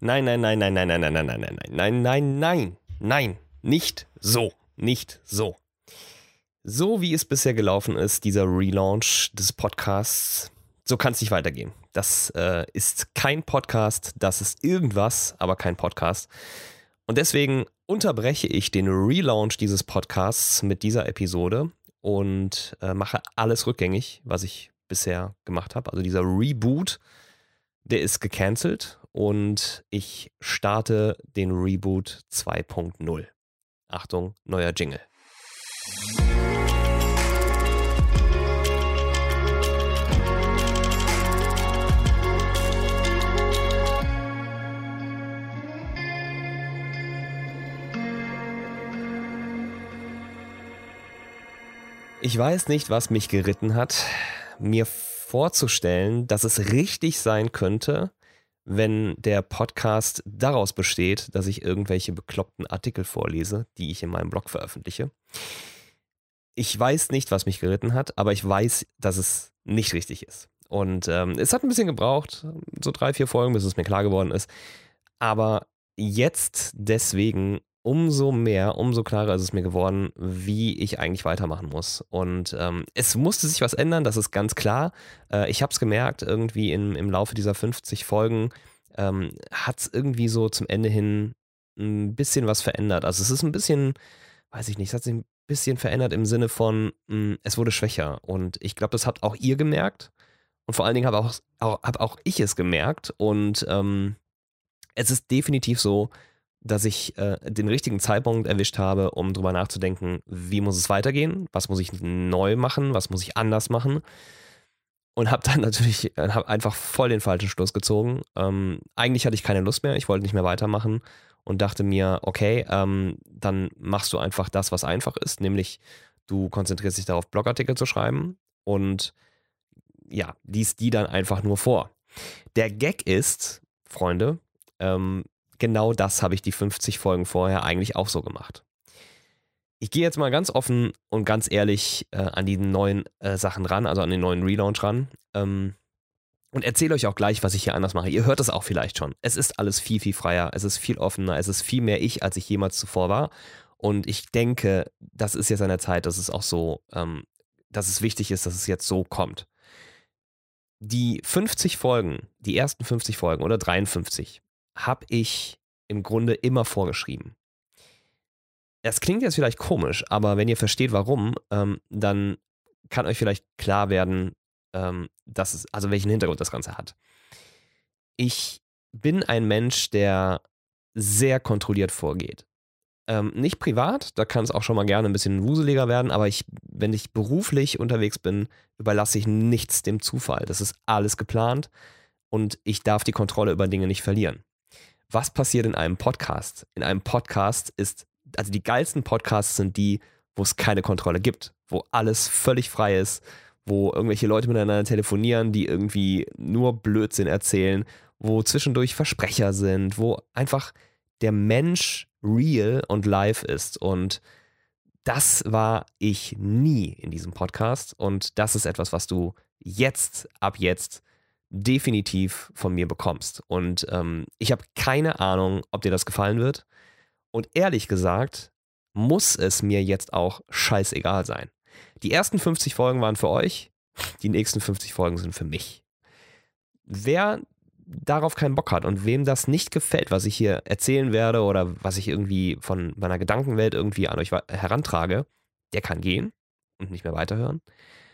Nein, nein, nein, nein, nein, nein, nein, nein, nein, nein, nein, nein, nein, nein, nicht so, nicht so. So wie es bisher gelaufen ist, dieser Relaunch des Podcasts, so kann es nicht weitergehen. Das ist kein Podcast, das ist irgendwas, aber kein Podcast. Und deswegen unterbreche ich den Relaunch dieses Podcasts mit dieser Episode und mache alles rückgängig, was ich bisher gemacht habe. Also dieser Reboot, der ist gecancelt und ich starte den Reboot 2.0. Achtung, neuer Jingle. Ich weiß nicht, was mich geritten hat, mir vorzustellen, dass es richtig sein könnte, wenn der Podcast daraus besteht, dass ich irgendwelche bekloppten Artikel vorlese, die ich in meinem Blog veröffentliche. Ich weiß nicht, was mich geritten hat, aber ich weiß, dass es nicht richtig ist. Und es hat ein bisschen gebraucht, so 3-4 Folgen, bis es mir klar geworden ist. Aber jetzt deswegen umso mehr, umso klarer ist es mir geworden, wie ich eigentlich weitermachen muss. Und es musste sich was ändern, das ist ganz klar. Ich habe es gemerkt, irgendwie im Laufe dieser 50 Folgen hat es irgendwie so zum Ende hin ein bisschen was verändert. Also es ist ein bisschen, weiß ich nicht, es hat sich ein bisschen verändert im Sinne von, es wurde schwächer. Und ich glaube, das habt auch ihr gemerkt. Und vor allen Dingen habe auch ich es gemerkt. Und es ist definitiv so, dass ich den richtigen Zeitpunkt erwischt habe, um drüber nachzudenken, wie muss es weitergehen, was muss ich neu machen, was muss ich anders machen, und habe dann natürlich einfach voll den falschen Schluss gezogen. Eigentlich hatte ich keine Lust mehr, ich wollte nicht mehr weitermachen und dachte mir, okay, dann machst du einfach das, was einfach ist, nämlich du konzentrierst dich darauf, Blogartikel zu schreiben und ja, liest die dann einfach nur vor. Der Gag ist, Freunde, genau das habe ich die 50 Folgen vorher eigentlich auch so gemacht. Ich gehe jetzt mal ganz offen und ganz ehrlich an die neuen Sachen ran, also an den neuen Relaunch ran, und erzähle euch auch gleich, was ich hier anders mache. Ihr hört es auch vielleicht schon. Es ist alles viel, viel freier, es ist viel offener, es ist viel mehr ich, als ich jemals zuvor war. Und ich denke, das ist jetzt an der Zeit, dass es auch so, dass es wichtig ist, dass es jetzt so kommt. Die 50 Folgen, die ersten 50 Folgen oder 53, habe ich im Grunde immer vorgeschrieben. Das klingt jetzt vielleicht komisch, aber wenn ihr versteht, warum, dann kann euch vielleicht klar werden, also welchen Hintergrund das Ganze hat. Ich bin ein Mensch, der sehr kontrolliert vorgeht. Nicht privat, da kann es auch schon mal gerne ein bisschen wuseliger werden, aber wenn ich beruflich unterwegs bin, überlasse ich nichts dem Zufall. Das ist alles geplant und ich darf die Kontrolle über Dinge nicht verlieren. Was passiert in einem Podcast? In einem Podcast also die geilsten Podcasts sind die, wo es keine Kontrolle gibt, wo alles völlig frei ist, wo irgendwelche Leute miteinander telefonieren, die irgendwie nur Blödsinn erzählen, wo zwischendurch Versprecher sind, wo einfach der Mensch real und live ist. Und das war ich nie in diesem Podcast. Und das ist etwas, was du ab jetzt definitiv von mir bekommst. Und ich habe keine Ahnung, ob dir das gefallen wird. Und ehrlich gesagt, muss es mir jetzt auch scheißegal sein. Die ersten 50 Folgen waren für euch, die nächsten 50 Folgen sind für mich. Wer darauf keinen Bock hat und wem das nicht gefällt, was ich hier erzählen werde oder was ich irgendwie von meiner Gedankenwelt irgendwie an euch herantrage, der kann gehen und nicht mehr weiterhören.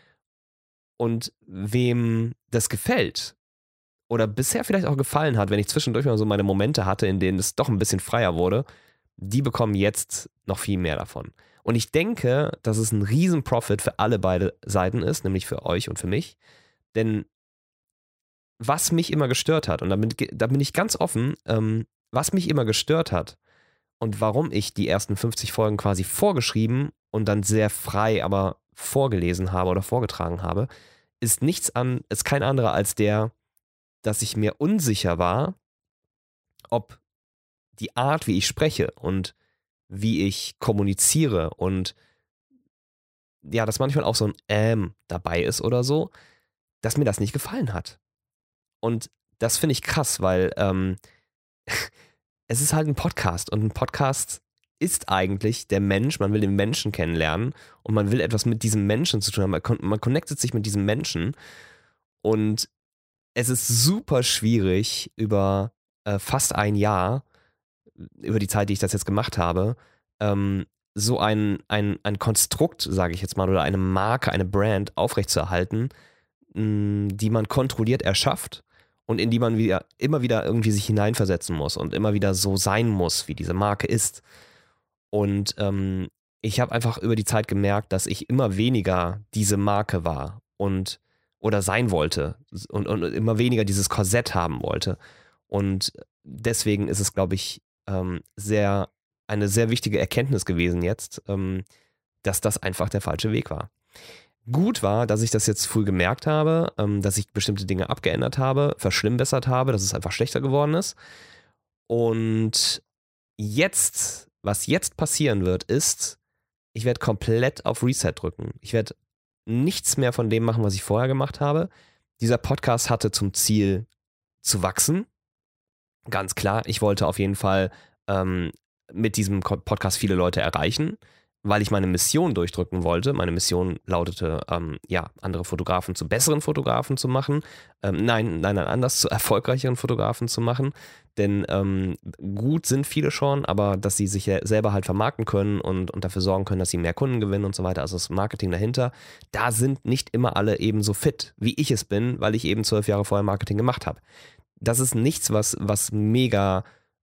Und wem das gefällt oder bisher vielleicht auch gefallen hat, wenn ich zwischendurch mal so meine Momente hatte, in denen es doch ein bisschen freier wurde, die bekommen jetzt noch viel mehr davon. Und ich denke, dass es ein Riesen-Profit für beide Seiten ist, nämlich für euch und für mich. Denn was mich immer gestört hat, und da bin ich ganz offen, was mich immer gestört hat und warum ich die ersten 50 Folgen quasi vorgeschrieben und dann sehr frei aber vorgelesen habe oder vorgetragen habe, ist kein anderer als dass ich mir unsicher war, ob die Art, wie ich spreche und wie ich kommuniziere und ja, dass manchmal auch so ein dabei ist oder so, dass mir das nicht gefallen hat. Und das finde ich krass, weil es ist halt ein Podcast und ein Podcast ist eigentlich der Mensch, man will den Menschen kennenlernen und man will etwas mit diesem Menschen zu tun haben, man connectet sich mit diesem Menschen und es ist super schwierig über fast ein Jahr, über die Zeit, die ich das jetzt gemacht habe, so ein Konstrukt, sage ich jetzt mal, oder eine Marke, eine Brand aufrechtzuerhalten, die man kontrolliert erschafft und in die man immer wieder irgendwie sich hineinversetzen muss und immer wieder so sein muss, wie diese Marke ist. Und ich habe einfach über die Zeit gemerkt, dass ich immer weniger diese Marke war und oder sein wollte und immer weniger dieses Korsett haben wollte. Und deswegen ist es, glaube ich, eine sehr wichtige Erkenntnis gewesen jetzt, dass das einfach der falsche Weg war. Gut war, dass ich das jetzt früh gemerkt habe, dass ich bestimmte Dinge abgeändert habe, verschlimmbessert habe, dass es einfach schlechter geworden ist. Und jetzt, was jetzt passieren wird, ist, ich werde komplett auf Reset drücken. Ich werde nichts mehr von dem machen, was ich vorher gemacht habe. Dieser Podcast hatte zum Ziel zu wachsen. Ganz klar, ich wollte auf jeden Fall mit diesem Podcast viele Leute erreichen, weil ich meine Mission durchdrücken wollte. Meine Mission lautete, andere Fotografen zu besseren Fotografen zu machen. Nein, anders, zu erfolgreicheren Fotografen zu machen. Denn gut sind viele schon, aber dass sie sich selber halt vermarkten können und dafür sorgen können, dass sie mehr Kunden gewinnen und so weiter, also das Marketing dahinter, da sind nicht immer alle ebenso fit, wie ich es bin, weil ich eben 12 Jahre vorher Marketing gemacht habe. Das ist nichts, was mega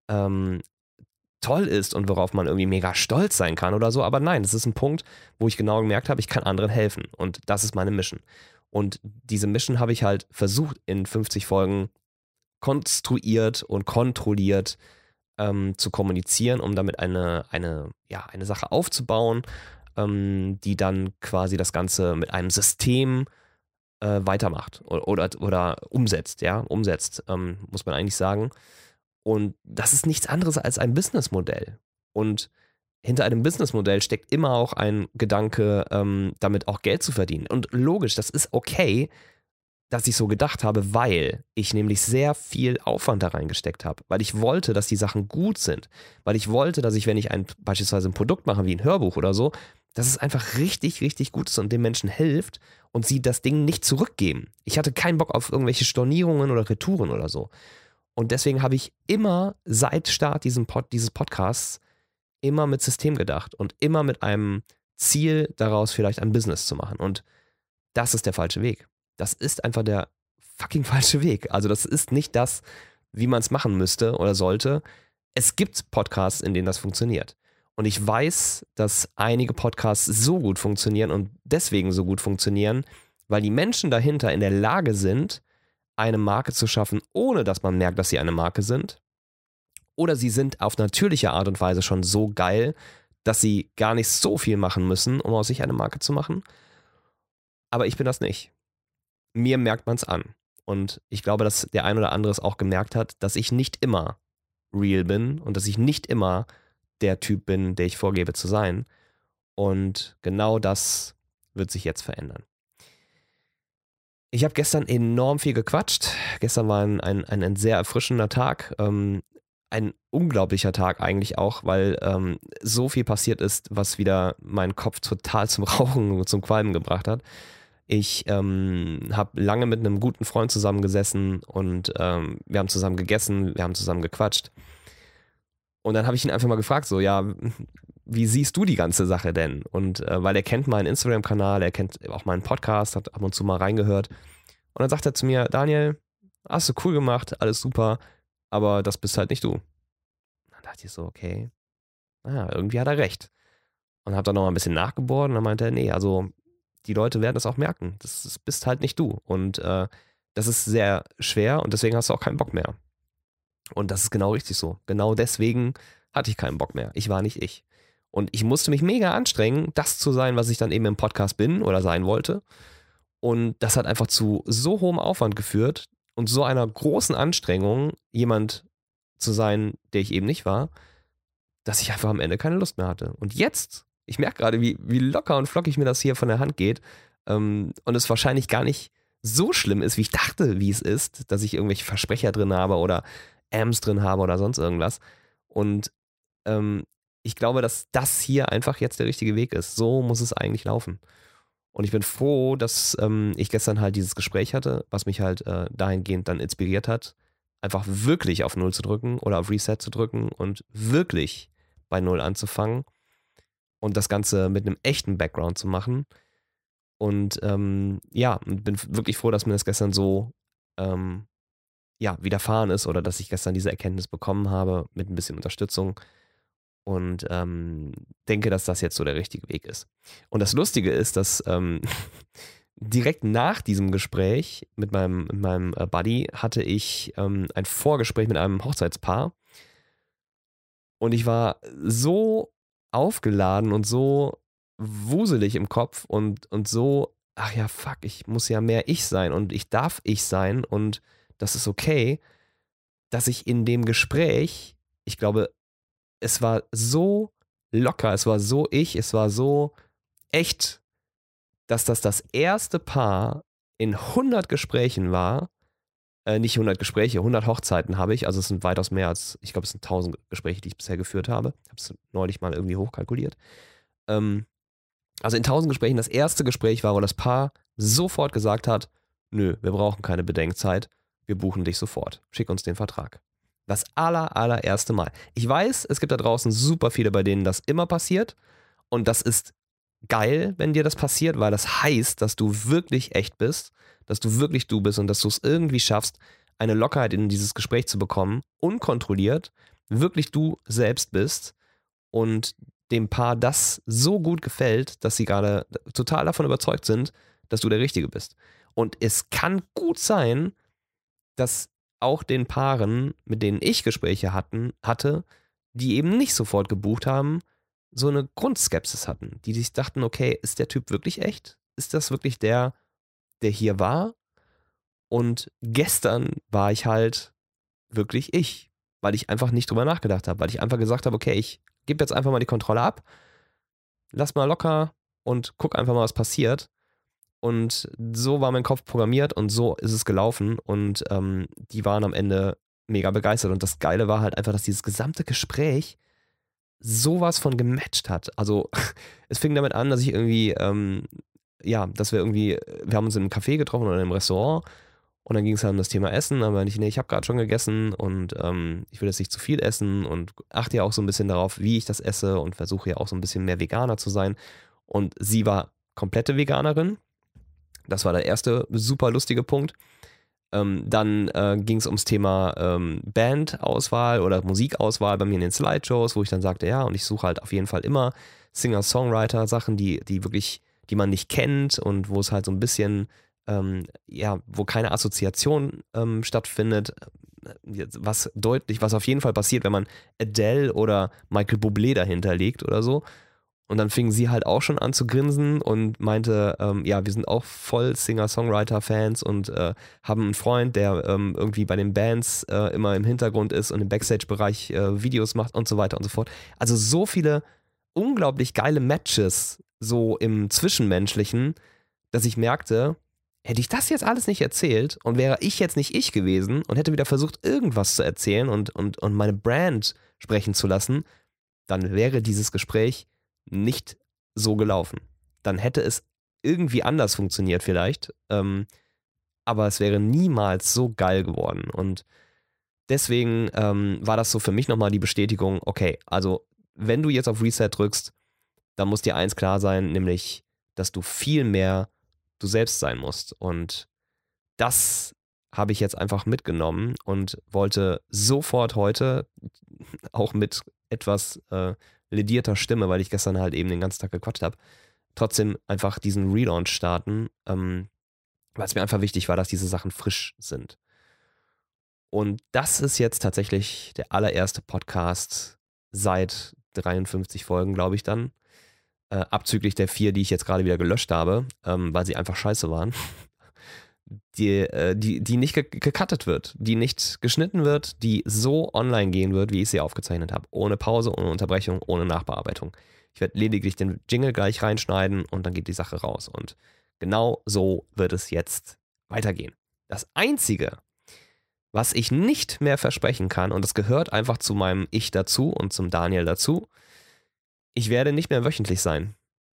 toll ist und worauf man irgendwie mega stolz sein kann oder so, aber nein, das ist ein Punkt, wo ich genau gemerkt habe, ich kann anderen helfen und das ist meine Mission. Und diese Mission habe ich halt versucht in 50 Folgen konstruiert und kontrolliert zu kommunizieren, um damit eine Sache aufzubauen, die dann quasi das Ganze mit einem System weitermacht oder umsetzt, muss man eigentlich sagen. Und das ist nichts anderes als ein Businessmodell. Und hinter einem Businessmodell steckt immer auch ein Gedanke, damit auch Geld zu verdienen. Und logisch, das ist okay, dass ich so gedacht habe, weil ich nämlich sehr viel Aufwand da reingesteckt habe. Weil ich wollte, dass die Sachen gut sind. Weil ich wollte, dass ich, wenn ich beispielsweise ein Produkt mache, wie ein Hörbuch oder so, dass es einfach richtig, richtig gut ist und den Menschen hilft und sie das Ding nicht zurückgeben. Ich hatte keinen Bock auf irgendwelche Stornierungen oder Retouren oder so. Und deswegen habe ich immer seit Start dieses Podcasts immer mit System gedacht und immer mit einem Ziel daraus vielleicht ein Business zu machen. Und das ist der falsche Weg. Das ist einfach der fucking falsche Weg. Also das ist nicht das, wie man es machen müsste oder sollte. Es gibt Podcasts, in denen das funktioniert. Und ich weiß, dass einige Podcasts so gut funktionieren und deswegen so gut funktionieren, weil die Menschen dahinter in der Lage sind, eine Marke zu schaffen, ohne dass man merkt, dass sie eine Marke sind. Oder sie sind auf natürliche Art und Weise schon so geil, dass sie gar nicht so viel machen müssen, um aus sich eine Marke zu machen. Aber ich bin das nicht. Mir merkt man es an. Und ich glaube, dass der ein oder andere es auch gemerkt hat, dass ich nicht immer real bin und dass ich nicht immer der Typ bin, der ich vorgebe zu sein. Und genau das wird sich jetzt verändern. Ich habe gestern enorm viel gequatscht. Gestern war ein sehr erfrischender Tag. Ein unglaublicher Tag eigentlich auch, weil so viel passiert ist, was wieder meinen Kopf total zum Rauchen und zum Qualmen gebracht hat. Ich habe lange mit einem guten Freund zusammengesessen und wir haben zusammen gegessen, wir haben zusammen gequatscht. Und dann habe ich ihn einfach mal gefragt, so, ja, wie siehst du die ganze Sache denn? Und weil er kennt meinen Instagram-Kanal, er kennt auch meinen Podcast, hat ab und zu mal reingehört. Und dann sagt er zu mir, Daniel, hast du cool gemacht, alles super, aber das bist halt nicht du. Dann dachte ich so, okay, irgendwie hat er recht. Und habe dann noch mal ein bisschen nachgebohrt und dann meinte er, nee, also die Leute werden das auch merken. Das bist halt nicht du. Und das ist sehr schwer und deswegen hast du auch keinen Bock mehr. Und das ist genau richtig so. Genau deswegen hatte ich keinen Bock mehr. Ich war nicht ich. Und ich musste mich mega anstrengen, das zu sein, was ich dann eben im Podcast bin oder sein wollte. Und das hat einfach zu so hohem Aufwand geführt und so einer großen Anstrengung, jemand zu sein, der ich eben nicht war, dass ich einfach am Ende keine Lust mehr hatte. Und jetzt, ich merke gerade, wie locker und flockig mir das hier von der Hand geht und es wahrscheinlich gar nicht so schlimm ist, wie ich dachte, wie es ist, dass ich irgendwelche Versprecher drin habe oder Amps drin habe oder sonst irgendwas. Und ich glaube, dass das hier einfach jetzt der richtige Weg ist. So muss es eigentlich laufen. Und ich bin froh, dass ich gestern halt dieses Gespräch hatte, was mich halt dahingehend dann inspiriert hat, einfach wirklich auf Null zu drücken oder auf Reset zu drücken und wirklich bei Null anzufangen und das Ganze mit einem echten Background zu machen. Und ja, bin wirklich froh, dass mir das gestern so widerfahren ist oder dass ich gestern diese Erkenntnis bekommen habe mit ein bisschen Unterstützung und denke, dass das jetzt so der richtige Weg ist. Und das Lustige ist, dass direkt nach diesem Gespräch mit meinem Buddy hatte ich ein Vorgespräch mit einem Hochzeitspaar und ich war so aufgeladen und so wuselig im Kopf und so, ach ja, fuck, ich muss ja mehr ich sein und ich darf ich sein und das ist okay, dass ich in dem Gespräch, ich glaube, es war so locker, es war so ich, es war so echt, dass das erste Paar in 100 Gesprächen war, nicht 100 Gespräche, 100 Hochzeiten habe ich, also es sind weitaus mehr als, ich glaube, es sind 1000 Gespräche, die ich bisher geführt habe. Ich habe es neulich mal irgendwie hochkalkuliert. Also in 1000 Gesprächen das erste Gespräch war, wo das Paar sofort gesagt hat, nö, wir brauchen keine Bedenkzeit, wir buchen dich sofort, schick uns den Vertrag. Das allererste Mal. Ich weiß, es gibt da draußen super viele, bei denen das immer passiert und das ist geil, wenn dir das passiert, weil das heißt, dass du wirklich echt bist, dass du wirklich du bist und dass du es irgendwie schaffst, eine Lockerheit in dieses Gespräch zu bekommen, unkontrolliert, wirklich du selbst bist und dem Paar das so gut gefällt, dass sie gerade total davon überzeugt sind, dass du der Richtige bist. Und es kann gut sein, dass auch den Paaren, mit denen ich Gespräche hatte, die eben nicht sofort gebucht haben, so eine Grundskepsis hatten, die sich dachten, okay, ist der Typ wirklich echt? Ist das wirklich der hier war? Und gestern war ich halt wirklich ich, weil ich einfach nicht drüber nachgedacht habe, weil ich einfach gesagt habe, okay, ich gebe jetzt einfach mal die Kontrolle ab, lass mal locker und guck einfach mal, was passiert. Und so war mein Kopf programmiert und so ist es gelaufen und die waren am Ende mega begeistert. Und das Geile war halt einfach, dass dieses gesamte Gespräch sowas von gematcht hat. Also es fing damit an, dass ich irgendwie, dass wir haben uns in einem Café getroffen oder in einem Restaurant und dann ging es halt um das Thema Essen, aber ich habe gerade schon gegessen und ich will jetzt nicht zu viel essen und achte ja auch so ein bisschen darauf, wie ich das esse und versuche ja auch so ein bisschen mehr Veganer zu sein. Und sie war komplette Veganerin. Das war der erste super lustige Punkt. Dann ging es ums Thema Bandauswahl oder Musikauswahl bei mir in den Slideshows, wo ich dann sagte, ja, und ich suche halt auf jeden Fall immer Singer-Songwriter-Sachen, die wirklich, die man nicht kennt und wo es halt so ein bisschen, wo keine Assoziation stattfindet, was auf jeden Fall passiert, wenn man Adele oder Michael Bublé dahinter legt oder so. Und dann fing sie halt auch schon an zu grinsen und meinte, wir sind auch voll Singer-Songwriter-Fans und haben einen Freund, der irgendwie bei den Bands immer im Hintergrund ist und im Backstage-Bereich Videos macht und so weiter und so fort. Also so viele unglaublich geile Matches so im Zwischenmenschlichen, dass ich merkte, hätte ich das jetzt alles nicht erzählt und wäre ich jetzt nicht ich gewesen und hätte wieder versucht, irgendwas zu erzählen und meine Brand sprechen zu lassen, dann wäre dieses Gespräch nicht so gelaufen. Dann hätte es irgendwie anders funktioniert vielleicht, aber es wäre niemals so geil geworden. Und deswegen war das so für mich nochmal die Bestätigung, okay, also wenn du jetzt auf Reset drückst, dann muss dir eins klar sein, nämlich, dass du viel mehr du selbst sein musst. Und das habe ich jetzt einfach mitgenommen und wollte sofort heute, auch mit etwas ledierter Stimme, weil ich gestern halt eben den ganzen Tag gequatscht habe, trotzdem einfach diesen Relaunch starten, weil es mir einfach wichtig war, dass diese Sachen frisch sind. Und das ist jetzt tatsächlich der allererste Podcast seit 53 Folgen, glaube ich dann. Abzüglich der 4, die ich jetzt gerade wieder gelöscht habe, weil sie einfach scheiße waren. Die nicht gecuttet wird, die nicht geschnitten wird, die so online gehen wird, wie ich sie aufgezeichnet habe. Ohne Pause, ohne Unterbrechung, ohne Nachbearbeitung. Ich werde lediglich den Jingle gleich reinschneiden und dann geht die Sache raus. Und genau so wird es jetzt weitergehen. Das Einzige, Was ich nicht mehr versprechen kann, und das gehört einfach zu meinem Ich dazu und zum Daniel dazu, ich werde nicht mehr wöchentlich sein.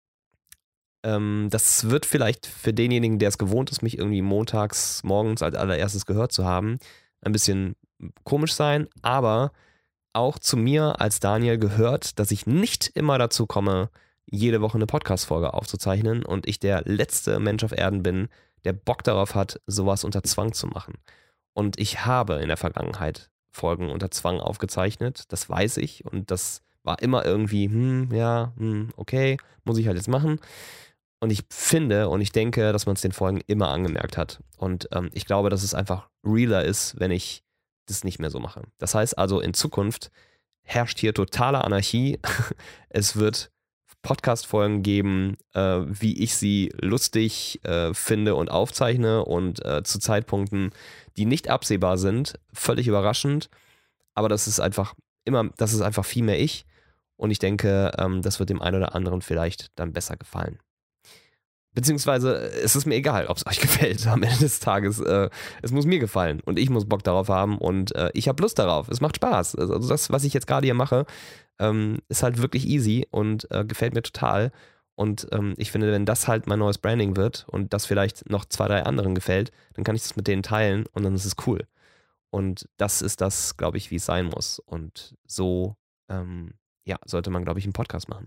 Das wird vielleicht für denjenigen, der es gewohnt ist, mich irgendwie montags morgens als allererstes gehört zu haben, ein bisschen komisch sein, aber auch zu mir als Daniel gehört, dass ich nicht immer dazu komme, jede Woche eine Podcast-Folge aufzuzeichnen und ich der letzte Mensch auf Erden bin, der Bock darauf hat, sowas unter Zwang zu machen. Und ich habe in der Vergangenheit Folgen unter Zwang aufgezeichnet, das weiß ich und das war immer irgendwie, okay, muss ich halt jetzt machen. Und ich finde und ich denke, dass man es den Folgen immer angemerkt hat. Und ich glaube, dass es einfach realer ist, wenn ich das nicht mehr so mache. Das heißt also, in Zukunft herrscht hier totale Anarchie. Es wird Podcast-Folgen geben, wie ich sie lustig finde und aufzeichne und zu Zeitpunkten, die nicht absehbar sind, völlig überraschend. Aber das ist einfach viel mehr ich. Und ich denke, das wird dem einen oder anderen vielleicht dann besser gefallen. Beziehungsweise es ist mir egal, ob es euch gefällt am Ende des Tages. Es muss mir gefallen und ich muss Bock darauf haben und ich habe Lust darauf. Es macht Spaß. Also das, was ich jetzt gerade hier mache, ist halt wirklich easy und gefällt mir total. Und ich finde, wenn das halt mein neues Branding wird und das vielleicht noch 2, 3 anderen gefällt, dann kann ich das mit denen teilen und dann ist es cool. Und das ist das, glaube ich, wie es sein muss. Und so, sollte man, glaube ich, einen Podcast machen.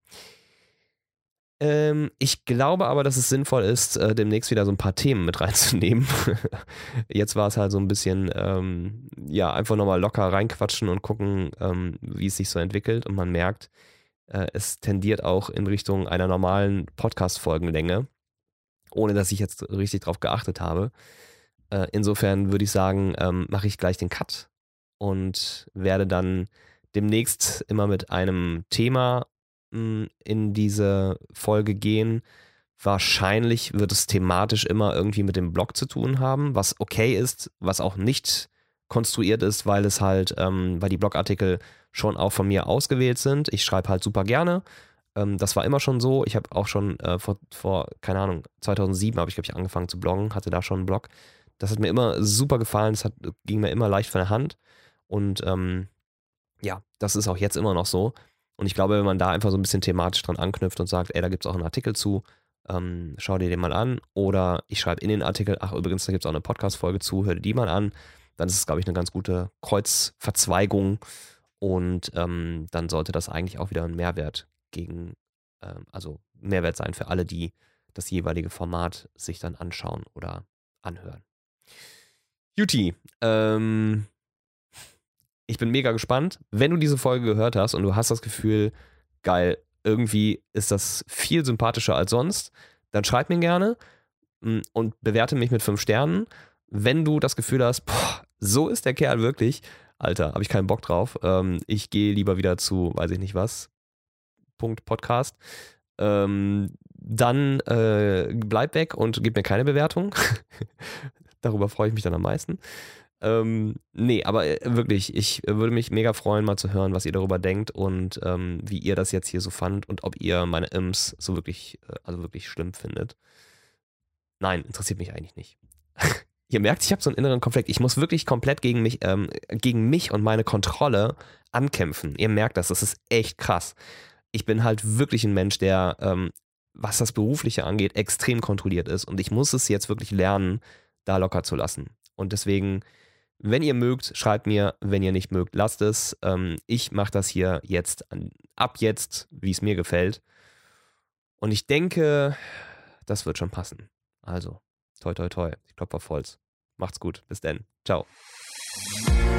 Ich glaube aber, dass es sinnvoll ist, demnächst wieder so ein paar Themen mit reinzunehmen. Jetzt war es halt so ein bisschen, einfach nochmal locker reinquatschen und gucken, wie es sich so entwickelt. Und man merkt, es tendiert auch in Richtung einer normalen Podcast-Folgenlänge, ohne dass ich jetzt richtig drauf geachtet habe. Insofern würde ich sagen, mache ich gleich den Cut und werde dann demnächst immer mit einem Thema in diese Folge gehen. Wahrscheinlich wird es thematisch immer irgendwie mit dem Blog zu tun haben, was okay ist, was auch nicht konstruiert ist, weil es halt, weil die Blogartikel schon auch von mir ausgewählt sind. Ich schreibe halt super gerne. Das war immer schon so. Ich habe auch schon vor, keine Ahnung, 2007 habe ich, glaube ich, angefangen zu bloggen, hatte da schon einen Blog. Das hat mir immer super gefallen, ging mir immer leicht von der Hand. Und das ist auch jetzt immer noch so. Und ich glaube, wenn man da einfach so ein bisschen thematisch dran anknüpft und sagt, ey, da gibt es auch einen Artikel zu, schau dir den mal an. Oder ich schreibe in den Artikel, ach übrigens, da gibt es auch eine Podcast-Folge zu, hör dir die mal an. Dann ist es, glaube ich, eine ganz gute Kreuzverzweigung. Und dann sollte das eigentlich auch wieder ein Mehrwert Mehrwert sein für alle, die das jeweilige Format sich dann anschauen oder anhören. Juti, ich bin mega gespannt. Wenn du diese Folge gehört hast und du hast das Gefühl, geil, irgendwie ist das viel sympathischer als sonst, dann schreib mir gerne und bewerte mich mit 5 Sternen. Wenn du das Gefühl hast, boah, so ist der Kerl wirklich, Alter, habe ich keinen Bock drauf. Ich gehe lieber wieder zu, weiß ich nicht was, Podcast. Dann bleib weg und gib mir keine Bewertung. Darüber freue ich mich dann am meisten. Aber wirklich, ich würde mich mega freuen, mal zu hören, was ihr darüber denkt und wie ihr das jetzt hier so fand und ob ihr meine Ims so wirklich, wirklich schlimm findet. Nein, interessiert mich eigentlich nicht. Ihr merkt, ich habe so einen inneren Konflikt. Ich muss wirklich komplett gegen mich und meine Kontrolle ankämpfen. Ihr merkt das ist echt krass. Ich bin halt wirklich ein Mensch, der, was das Berufliche angeht, extrem kontrolliert ist und ich muss es jetzt wirklich lernen, da locker zu lassen. Und deswegen, wenn ihr mögt, schreibt mir, wenn ihr nicht mögt, lasst es. Ich mache das hier ab jetzt, wie es mir gefällt. Und ich denke, das wird schon passen. Also, toi toi toi. Ich klopfe auf Holz. Macht's gut. Bis dann. Ciao.